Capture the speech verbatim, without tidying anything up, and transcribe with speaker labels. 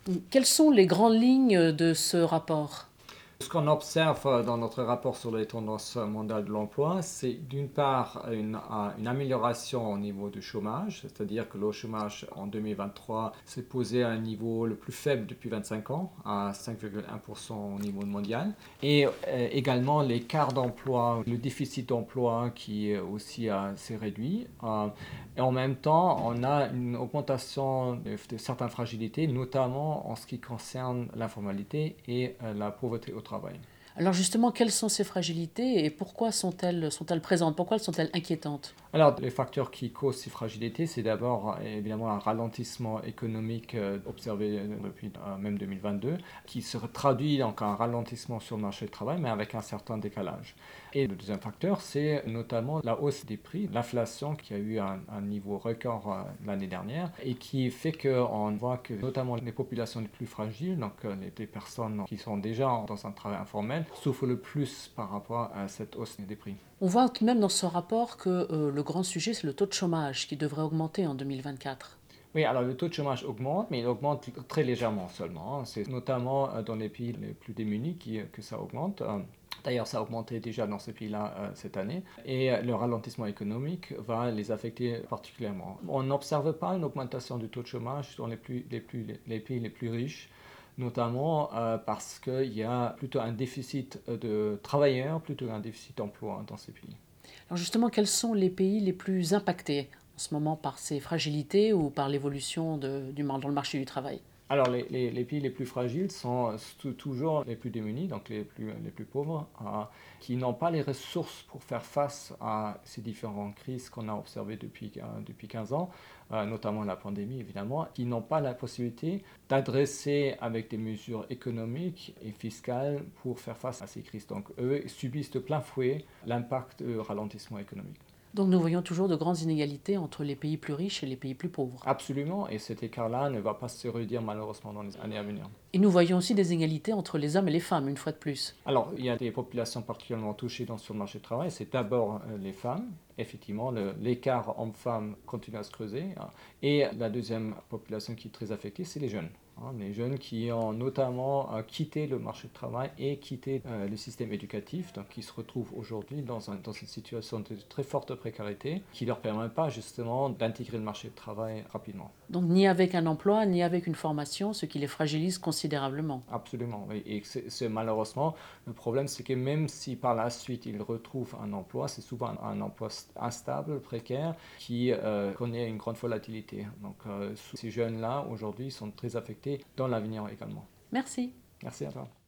Speaker 1: Quelles sont les grandes lignes de ce rapport?
Speaker 2: Ce qu'on observe dans notre rapport sur les tendances mondiales de l'emploi, c'est d'une part une, euh, une amélioration au niveau du chômage, c'est-à-dire que le chômage en deux mille vingt-trois s'est posé à un niveau le plus faible depuis vingt-cinq ans, à cinq virgule un pour cent au niveau mondial. Et euh, également l'écart d'emploi, le déficit d'emploi qui aussi euh, s'est réduit. Euh, et en même temps, on a une augmentation de, de certaines fragilités, notamment en ce qui concerne l'informalité et euh, la pauvreté au travail.
Speaker 1: Alors justement, quelles sont ces fragilités et pourquoi sont-elles sont-elles présentes? Pourquoi sont-elles inquiétantes?
Speaker 2: Alors, les facteurs qui causent ces fragilités, c'est d'abord euh, évidemment un ralentissement économique euh, observé euh, depuis euh, même deux mille vingt-deux, qui se traduit donc en ralentissement sur le marché du travail, mais avec un certain décalage. Et le deuxième facteur, c'est notamment la hausse des prix, l'inflation qui a eu un, un niveau record euh, l'année dernière et qui fait qu'on voit que notamment les populations les plus fragiles, donc euh, les, les personnes qui sont déjà dans un travail informel, souffrent le plus par rapport à cette hausse des prix.
Speaker 1: On voit tout de même dans ce rapport que euh, le grand sujet, c'est le taux de chômage qui devrait augmenter en deux mille vingt-quatre.
Speaker 2: Oui, alors le taux de chômage augmente, mais il augmente très légèrement seulement, hein. C'est notamment euh, dans les pays les plus démunis qui, que ça augmente. Euh, D'ailleurs, ça a augmenté déjà dans ces pays-là euh, cette année. Et euh, le ralentissement économique va les affecter particulièrement. On n'observe pas une augmentation du taux de chômage dans les, plus, les, plus, les pays les plus riches, notamment euh, parce qu'il y a plutôt un déficit de travailleurs, plutôt un déficit d'emploi dans ces pays.
Speaker 1: Alors justement, quels sont les pays les plus impactés en ce moment par ces fragilités ou par l'évolution de- du, mar- dans le marché du travail?
Speaker 2: Alors, les, les- les pays les plus fragiles sont tou- toujours les plus démunis, donc les plus, les plus pauvres, euh, qui n'ont pas les ressources pour faire face à ces différentes crises qu'on a observées depuis, euh, depuis quinze ans, euh, notamment la pandémie évidemment, qui n'ont pas la possibilité d'adresser avec des mesures économiques et fiscales pour faire face à ces crises. Donc, eux subissent de plein fouet l'impact du ralentissement économique.
Speaker 1: Donc nous voyons toujours de grandes inégalités entre les pays plus riches et les pays plus pauvres.
Speaker 2: Absolument, et cet écart-là ne va pas se réduire malheureusement dans les années à venir.
Speaker 1: Et nous voyons aussi des inégalités entre les hommes et les femmes, une fois de plus.
Speaker 2: Alors, il y a des populations particulièrement touchées dans, sur le marché du travail. C'est d'abord euh, les femmes. Effectivement, le- l'écart homme-femme continue à se creuser, hein. Et la deuxième population qui est très affectée, c'est les jeunes, hein. Les jeunes qui ont notamment euh, quitté le marché du travail et quitté euh, le système éducatif, donc qui se retrouvent aujourd'hui dans, un- dans une situation de très forte précarité qui ne leur permet pas justement d'intégrer le marché du travail rapidement.
Speaker 1: Donc ni avec un emploi, ni avec une formation, ce qui les fragilise considérablement.
Speaker 2: Absolument, oui. Et c'est, c'est malheureusement, le problème, c'est que même si par la suite ils retrouvent un emploi, c'est souvent un, un emploi instable, précaire, qui euh, connaît une grande volatilité. Donc euh, ces jeunes-là, aujourd'hui, sont très affectés dans l'avenir également.
Speaker 1: Merci.
Speaker 2: Merci à toi.